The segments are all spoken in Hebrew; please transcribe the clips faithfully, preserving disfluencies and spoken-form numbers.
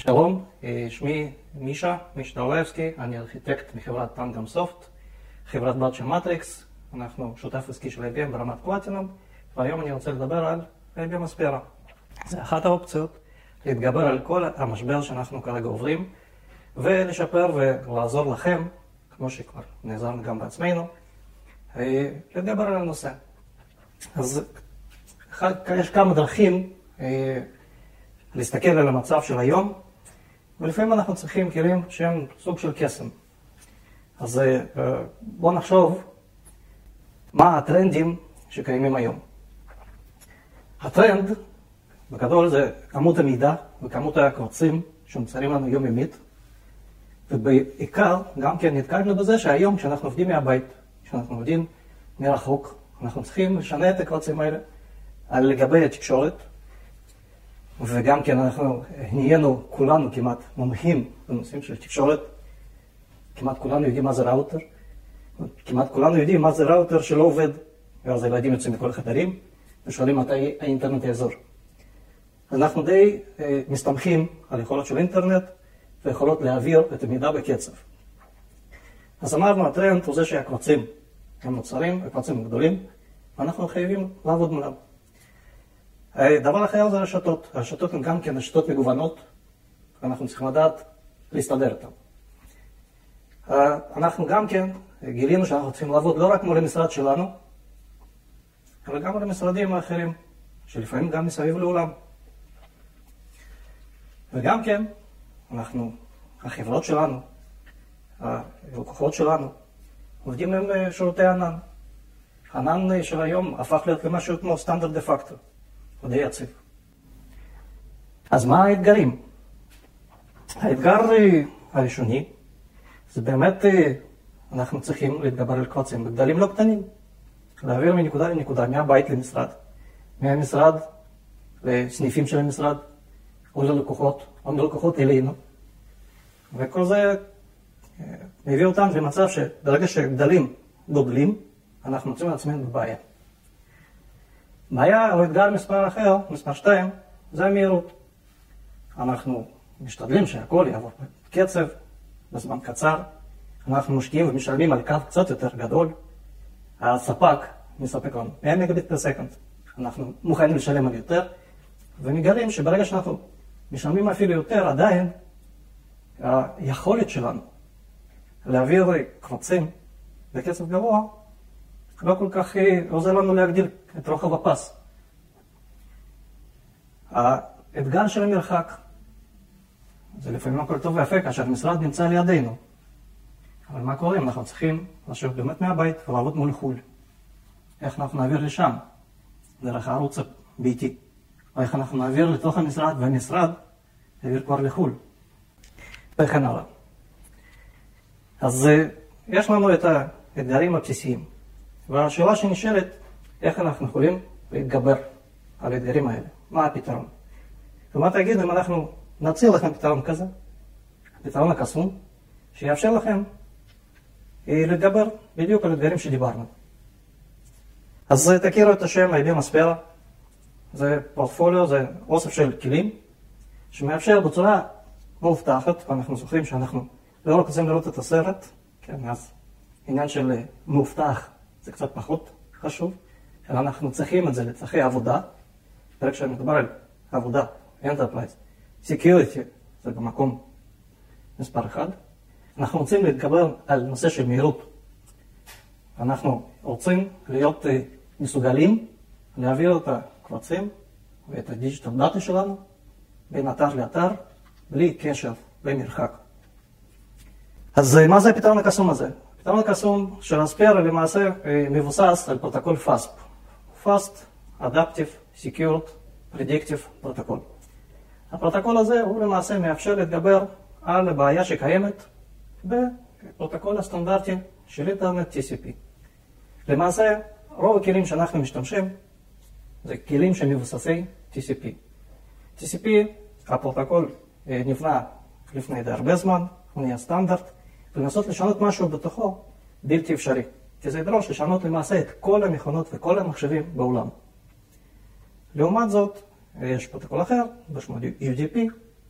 שלום, שמי מישה, מישה דרולבסקי, אני ארכיטקט מחברת טנגאם סופט, חברת בת של מטריקס, אנחנו שותף עסקי של איי בי אם ברמת פלטינום, והיום אני רוצה לדבר על איי בי אם אספירה. זה אחת האופציות להתגבר על כל המשבר שאנחנו כרגע עוברים, ולשפר ולעזור לכם, כמו שכבר נעזרנו גם בעצמנו, להתגבר על הנושא. אז יש כמה דרכים להסתכל על המצב של היום, ולפעמים אנחנו צריכים כלים שהם סוג של קסם. אז בואו נחשוב מה הטרנדים שקיימים היום. הטרנד, בגדול, זה כמות המידע וכמות הקבצים שנוצרים לנו יומיומית, ובעיקר גם כן נתקלנו בזה שהיום כשאנחנו עובדים מהבית, כשאנחנו עובדים מרחוק, אנחנו צריכים לשנה את הקבצים האלה על לגבי התקשורת, וגם כן אנחנו נהיינו כולנו כמעט מומחים בנושאים של תקשורת, כמעט כולנו יודעים מה זה ראוטר, כמעט כולנו יודעים מה זה ראוטר שלא עובד, ואז הילדים יוצאים מכל החדרים ושואלים מתי האינטרנט יעזור. אז אנחנו די אה, מסתמכים על יכולות של אינטרנט ויכולות להעביר את המידע בקצב. אז אמרנו, הטרנד הוא זה שהקבצים הם נוצרים, הקבצים גדולים, ואנחנו חייבים לעבוד מולם. דבר אחר זה רשתות. הרשתות הן גם כן רשתות מגוונות, ואנחנו צריכים לדעת להסתדר איתן. אנחנו גם כן גילינו שאנחנו צריכים לעבוד לא רק מול המשרד שלנו, אבל גם מול המשרדים האחרים, שלפעמים גם מסביב לעולם. וגם כן, אנחנו, החברות שלנו, הלקוחות שלנו, עובדים עם שירותי ענן. הענן של היום הפך להיות למשהו כמו סטנדרט דה פקטו. הוא די יציב. אז מה האתגרים? האתגר הראשוני זה באמת אנחנו צריכים להתגבר על קבצים בגדלים לא קטנים. להעביר מנקודה לנקודה, מהבית למשרד, מהמשרד לסניפים של המשרד, או ללקוחות, או ללקוחות אלינו. וכל זה מביא אותנו למצב שברגע שגדלים גודלים, אנחנו מוצאים על עצמנו בבעיה. בעיה או אתגר מספר אחר, מספר שתיים, זה המהירות. אנחנו משתדלים שהכל יעבור בקצב, בזמן קצר. אנחנו משקיעים ומשלמים על קו קצת יותר גדול. הספק מספק לנו מאה מגביט פר סקנד. אנחנו מוכנים לשלם על יותר, ומגלים שברגע שאנחנו משלמים אפילו יותר, עדיין היכולת שלנו להעביר קבצים בקצב גבוה, לא כל כך עוזר לנו להגדיל את רוחב הפס. האתגר של המרחק, זה לפעמים הכל טוב ויפה כאשר המשרד נמצא לידינו. אבל מה קורה אם אנחנו צריכים לשבת באמת מהבית ולעבוד מול חו"ל? איך אנחנו נעביר לשם? דרך הערוץ הביתי. או איך אנחנו נעביר לתוך המשרד והמשרד יעביר כבר לחו"ל. וכן הלאה. אז יש לנו את האתגרים הבסיסיים. והשאלה שנשאלת, איך אנחנו יכולים להתגבר על האתגרים האלה? מה הפתרון? ומה תגיד אם אנחנו נציע לכם פתרון כזה, פתרון הקסום, שיאפשר לכם להתגבר בדיוק על האתגרים שדיברנו. אז תכירו את השם איי בי אם אספירה. זה פורטפוליו, זה אוסף של כלים, שמאפשר בצורה מאובטחת, ואנחנו זוכרים שאנחנו לא רק רוצים לראות את הסרט, כן, אז עניין של מאובטח, זה קצת פחות חשוב, אלא אנחנו צריכים את זה לצרכי עבודה, ברגע שמדובר על עבודה, Enterprise, Security, זה במקום מספר אחד. אנחנו רוצים להתגבר על נושא של מהירות. אנחנו רוצים להיות מסוגלים להעביר את הקבצים ואת הדיגיטל דאטה שלנו בין אתר לאתר, בלי קשר, בלי מרחק. אז מה זה הפתרון הקסום הזה? הפתרון הקסום של אספירה למעשה מבוסס על פרוטוקול פאסט. Fast, Adaptive, Secured, Predictive Protocol. הפרוטוקול הזה הוא למעשה מאפשר להתגבר על הבעיה שקיימת בפרוטוקול הסטנדרטי של אינטרנט טי סי פי. למעשה, רוב הכלים שאנחנו משתמשים זה כלים שמבוססי טי סי פי. טי סי פי, הפרוטוקול נבנה לפני די הרבה זמן, הוא נהיה סטנדרט, ולנסות לשנות משהו בתוכו בלתי אפשרי. כי זה ידרוש לשנות למעשה את כל המכונות וכל המחשבים בעולם. לעומת זאת, יש פרוטוקול אחר, בשמו יו די פי,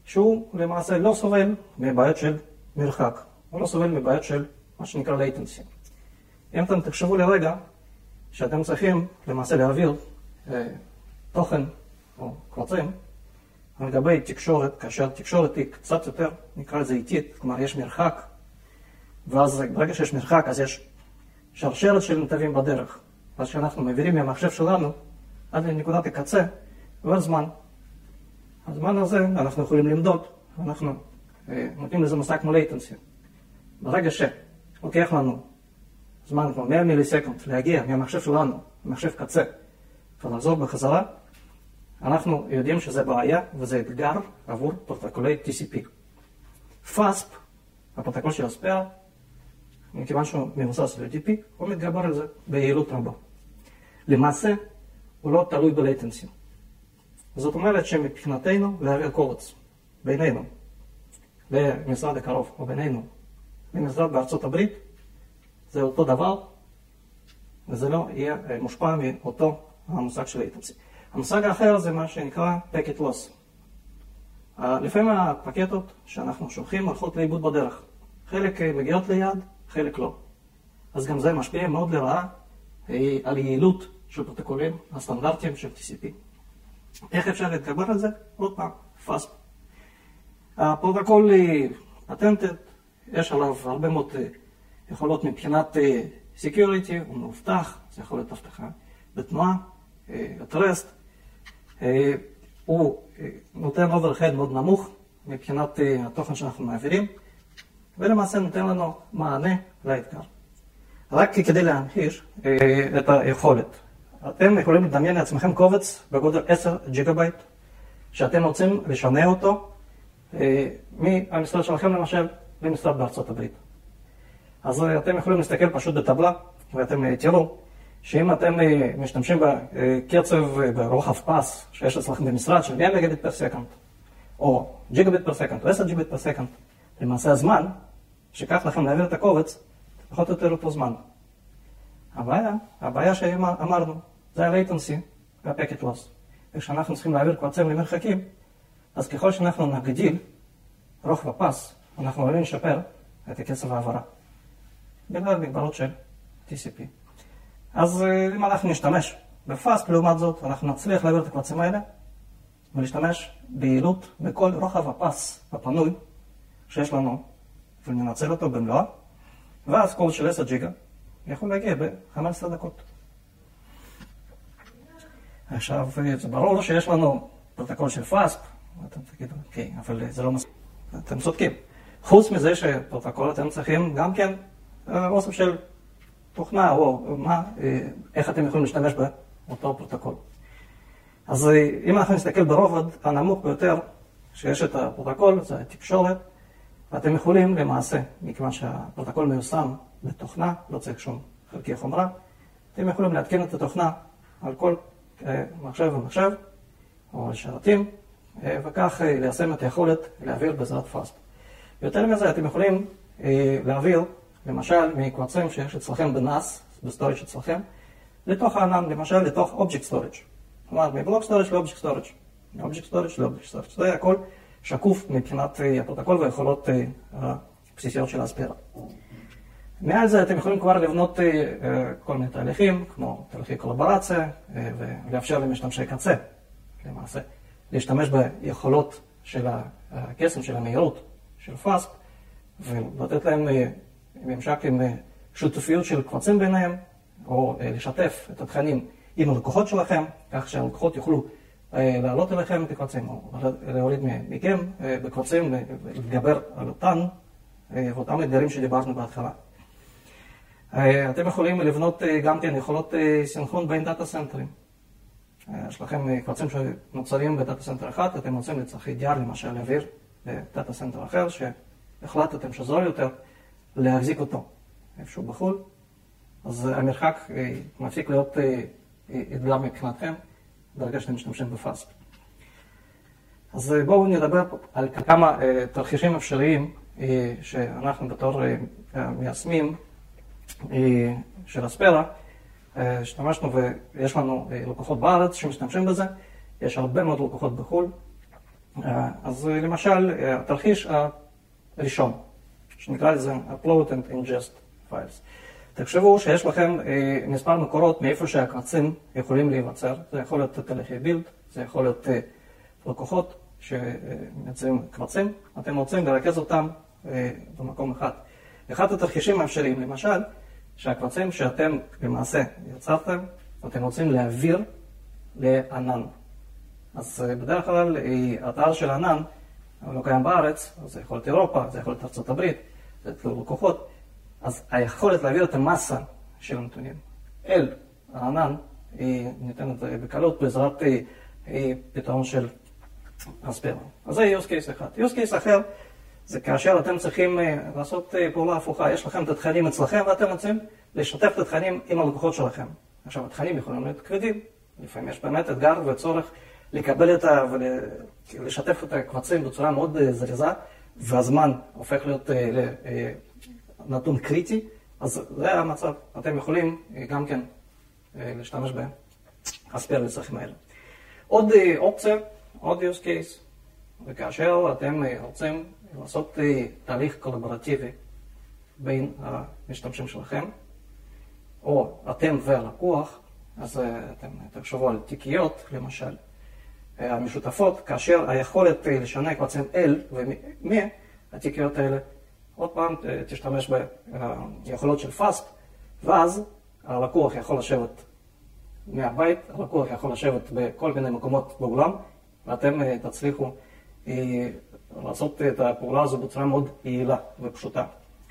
שהוא למעשה לא סובל מבעיות של מרחק, הוא לא סובל מבעיות של מה שנקרא latency. אם אתם תחשבו לרגע שאתם צריכים למעשה להעביר אה, תוכן או קבצים על גבי תקשורת, כאשר תקשורת היא קצת יותר, נקרא לזה איטית, כלומר יש מרחק, ואז ברגע שיש מרחק אז יש שרשרת של נתבים בדרך. אז כשאנחנו מעבירים מהמחשב שלנו עד לנקודת הקצה, עובר זמן. הזמן הזה אנחנו יכולים למדוד, אנחנו אה, נותנים לזה מושג כמו latency. ברגע שלוקח לנו זמן כמו מאה מיליסקונד להגיע מהמחשב שלנו, ממחשב קצה, ולחזור בחזרה, אנחנו יודעים שזה בעיה וזה אתגר עבור פרוטוקולי טי סי פי. פאספ, הפרוטוקול של הספר, מכיוון שהוא מבוסס על יו די פי, הוא מתגבר על זה ביעילות רבה. למעשה, הוא לא תלוי בלייטנסי. זאת אומרת שמבחינתנו להעביר קובץ בינינו למשרד הקרוב או בינינו למשרד בארצות הברית, זה אותו דבר, וזה לא יהיה מושפע מאותו המושג של latency. המושג האחר זה מה שנקרא packet loss. לפעמים הפקטות שאנחנו שולחים הולכות לאיבוד בדרך. חלק מגיעות ליד, חלק לא. אז גם זה משפיע מאוד לרעה על יעילות של פרוטוקולים הסטנדרטיים של טי סי פי. איך אפשר להתגבר על זה? עוד פעם, פאספ. הפרוטוקול פטנטד, יש עליו הרבה מאוד יכולות מבחינת security, הוא מאובטח, זה יכול להיות הבטחה בתנועה, את רסט. הוא נותן overhead מאוד נמוך מבחינת התוכן שאנחנו מעבירים, ולמעשה נותן לנו מענה לאתגר. רק כדי להמחיש את היכולת. אתם יכולים לדמיין לעצמכם קובץ בגודל עשרה ג'יגה בייט, שאתם רוצים לשנע אותו מהמשרד שלכם למשל למשרד בארצות הברית. אז אתם יכולים להסתכל פשוט בטבלה, ואתם תראו שאם אתם משתמשים בקצב ברוחב פס שיש אצלכם במשרד של מאה מגביט פר סקנד, או ג'יגה ביט פר סקנד, או עשרה ג'יגה ביט פר סקנד, למעשה הזמן שיקח לכם להעביר את הקובץ, פחות או יותר אותו זמן. הבעיה, הבעיה שאמרנו, זה ה-latency וה-packet loss. וכשאנחנו צריכים להעביר קבצים למרחקים, אז ככל שאנחנו נגדיל רוחב הפס, אנחנו יכולים לשפר את הקצב העברה. בגלל מגבלות של טי סי פי. אז אם אנחנו נשתמש בפאסט, לעומת זאת, אנחנו נצליח להעביר את הקבצים האלה, ולהשתמש ביעילות בכל רוחב הפס הפנוי שיש לנו, וננצל אותו במלואה, ואז קוד של עשרה ג'יגה יכול להגיע ב-חמש עשרה דקות. עכשיו, זה ברור שיש לנו פרוטוקול של פאסט, ואתם תגידו, אוקיי, אבל זה לא מספיק. אתם צודקים. חוץ מזה שפרוטוקול אתם צריכים גם כן אוסף של תוכנה, או מה, איך אתם יכולים להשתמש באותו פרוטוקול. אז אם אנחנו נסתכל ברובד הנמוך ביותר שיש את הפרוטוקול, זה התקשורת, ואתם יכולים למעשה, מכיוון שהפרוטוקול מיושם בתוכנה, לא צריך שום חלקי חומרה, אתם יכולים להתקין את התוכנה על כל מחשב ומחשב, או על שרתים, וכך ליישם את היכולת להעביר בעזרת פאסט. יותר מזה, אתם יכולים להעביר, למשל, מקבצים שיש אצלכם בנאס, בסטורג' אצלכם, לתוך הענן, למשל, לתוך אובייקט סטורג'. כלומר, מבלוק סטורג' לאובייקט סטורג'. מאובייקט סטורג' לאובייקט סטורג'. זה הכל שקוף מבחינת הפרוטוקול והיכולות הבסיסיות של הספירה. מעל זה אתם יכולים כבר לבנות כל מיני תהליכים, כמו תהליכי קולברציה, ולאפשר למשתמשי קצה, למעשה, להשתמש ביכולות של הקסם, של המהירות, של פאסט, ולתת להם ממשק עם שותפיות של קבצים ביניהם, או לשתף את התכנים עם הלקוחות שלכם, כך שהלקוחות יוכלו לעלות אליכם את הקבצים, או להוריד מכם בקבצים, להתגבר על אותן, ואותם אתגרים שדיברנו בהתחלה. אתם יכולים לבנות גם כן יכולות סינכרון בין דאטה סנטרים. יש לכם קבצים שנוצרים בדאטה סנטר אחד, אתם רוצים לצרכי דייר, למשל, להעביר לדאטה סנטר אחר, שהחלטתם שזול יותר להחזיק אותו איפשהו בחו"ל, אז המרחק מפסיק להיות אתגר מבחינתכם ברגע שאתם משתמשים בפאסט. אז בואו נדבר על כמה תרחישים אפשריים שאנחנו בתור מיישמים של הספירה השתמשנו, ויש לנו לקוחות בארץ שמשתמשים בזה, יש הרבה מאוד לקוחות בחו"ל, אז למשל, התרחיש הראשון, שנקרא לזה upload and ingest files. תחשבו שיש לכם מספר מקורות מאיפה שהקבצים יכולים להיווצר. זה יכול להיות תהליכי בילד, זה יכול להיות לקוחות שמייצרים קבצים. אתם רוצים לרכז אותם במקום אחד. אחד התרחישים האפשריים, למשל, שהקבצים שאתם למעשה יצרתם, אתם רוצים להעביר לענן. אז בדרך כלל אתר של ענן לא קיים בארץ, זה יכול להיות אירופה, זה יכול להיות ארצות הברית, זה תלוי לקוחות. אז היכולת להעביר את המסה של הנתונים אל הענן היא ניתנת בקלות בעזרת פתרון של אספרה. אז זה use case אחד. use case אחר זה כאשר אתם צריכים לעשות פעולה הפוכה. יש לכם את התכנים אצלכם ואתם רוצים לשתף את התכנים עם הלקוחות שלכם. עכשיו, התכנים יכולים להיות כבדים. לפעמים יש באמת אתגר וצורך לקבל את ה... ולשתף את הקבצים בצורה מאוד זריזה, והזמן הופך להיות נתון קריטי, אז זה המצב. אתם יכולים גם כן להשתמש באספרה לצרכים האלה. עוד אופציה, עוד use case, וכאשר אתם רוצים לעשות תהליך קולברטיבי בין המשתמשים שלכם, או אתם והלקוח, אז אתם תחשבו על תיקיות, למשל, המשותפות, כאשר היכולת לשנה קבצים אל ומהתיקיות האלה, עוד פעם תשתמש ביכולות של פאסט, ואז הלקוח יכול לשבת מהבית, הלקוח יכול לשבת בכל מיני מקומות בעולם, ואתם תצליחו לעשות את הפעולה הזו בצורה מאוד יעילה ופשוטה.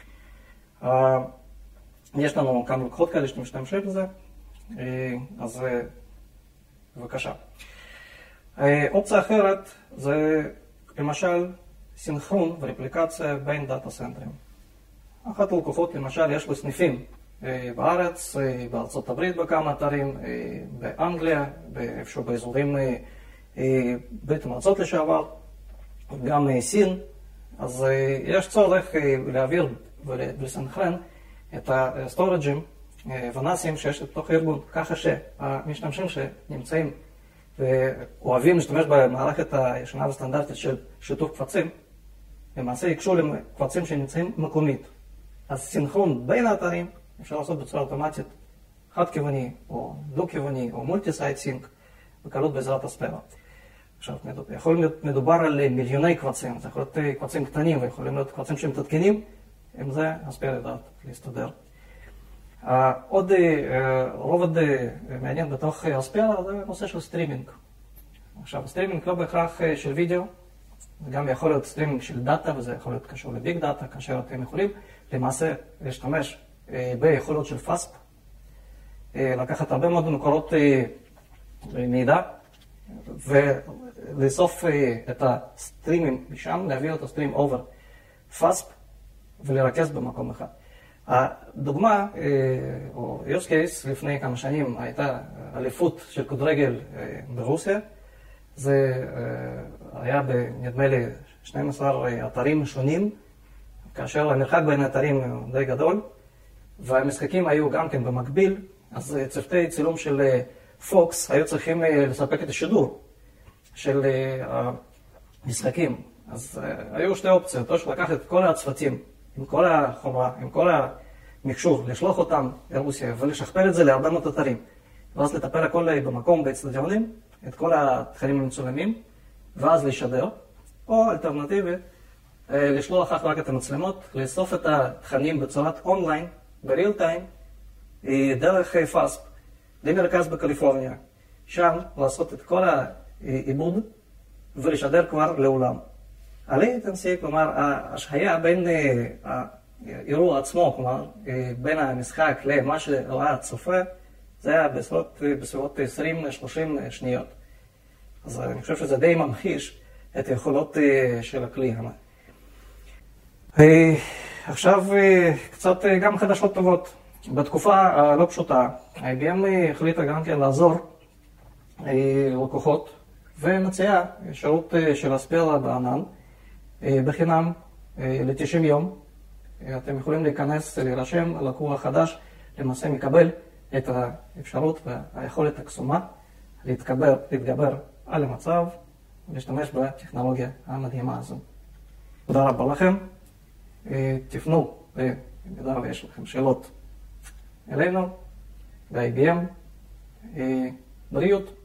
יש לנו כמה לקוחות כאלה שאתם משתמשים בזה, אז בבקשה. אופציה אחרת זה למשל סינכרון ורפליקציה בין דאטה סנטרים. אחת הלקוחות למשל יש לו סניפים בארץ, בארצות הברית בכמה אתרים, באנגליה, איפשהו באזורים ברית המועצות לשעבר, גם סין, אז יש צורך להעביר ולסנכרן את הסטורג'ים ונאסים שיש בתוך הארגון, ככה שהמשתמשים שנמצאים ואוהבים להשתמש במערכת הישנה וסטנדרטית של שיתוף קבצים, למעשה יקשו לקבצים שנמצאים מקומית. אז סינכרון בין האתרים אפשר לעשות בצורה אוטומטית חד-כיווני או דו-כיווני או מולטי-סייט סינק בקלות בעזרת אספרה. עכשיו, יכול להיות מדובר על מיליוני קבצים, זה יכול להיות קבצים קטנים ויכולים להיות קבצים שמתעדכנים, עם זה אספרה יודעת להסתדר. עוד רובד מעניין בתוך אספרה זה נושא של סטרימינג. עכשיו, סטרימינג לא בהכרח של וידאו, זה גם יכול להיות סטרימינג של דאטה, וזה יכול להיות קשור לביג דאטה, כאשר אתם יכולים למעשה להשתמש ביכולות של פאספ, לקחת הרבה מאוד מקורות מידע, ולאסוף את הסטרימים משם, להביא את הסטרים אובר פאספ, ולרכז במקום אחד. הדוגמה, או use case, לפני כמה שנים הייתה אליפות של כדורגל ברוסיה. זה היה בנדמה לי שנים עשר אתרים שונים, כאשר המרחק בין האתרים די גדול, והמשחקים היו גם כן במקביל, אז צוותי צילום של פוקס היו צריכים לספק את השידור של המשחקים. אז היו שתי אופציות, או שלקח את כל הצוותים, עם כל החומרה, עם כל המחשוב, לשלוח אותם לרוסיה ולשכפל את זה להרבה מאוד אתרים, ואז לטפל הכל במקום באצטדיונים, את כל התכנים המצולמים, ואז לשדר, או אלטרנטיבית, לשלוח אך רק את המצלמות, לאסוף את התכנים בצורת אונליין, בריל טיים, דרך פאספ, למרכז בקליפורניה, שם לעשות את כל העיבוד ולשדר כבר לעולם. ה-latency, כלומר, ההשהיה בין האירוע עצמו, כלומר, בין המשחק למה שראה הצופה, זה היה בסביבות עשרים עד שלושים שניות. אז אני חושב שזה די ממחיש את היכולות של הכלי. עכשיו, קצת גם חדשות טובות. בתקופה הלא פשוטה, איי בי אם החליטה גם כן לעזור לקוחות, ומציעה שירות של אספרה בענן, בחינם ל-תשעים יום. אתם יכולים להיכנס, להירשם, הלקוח חדש למעשה מקבל את האפשרות והיכולת הקסומה להתגבר, להתגבר על המצב ולהשתמש בטכנולוגיה המדהימה הזו. תודה רבה לכם. תפנו, במידה ויש לכם שאלות אלינו, ב-איי בי אם. בריאות.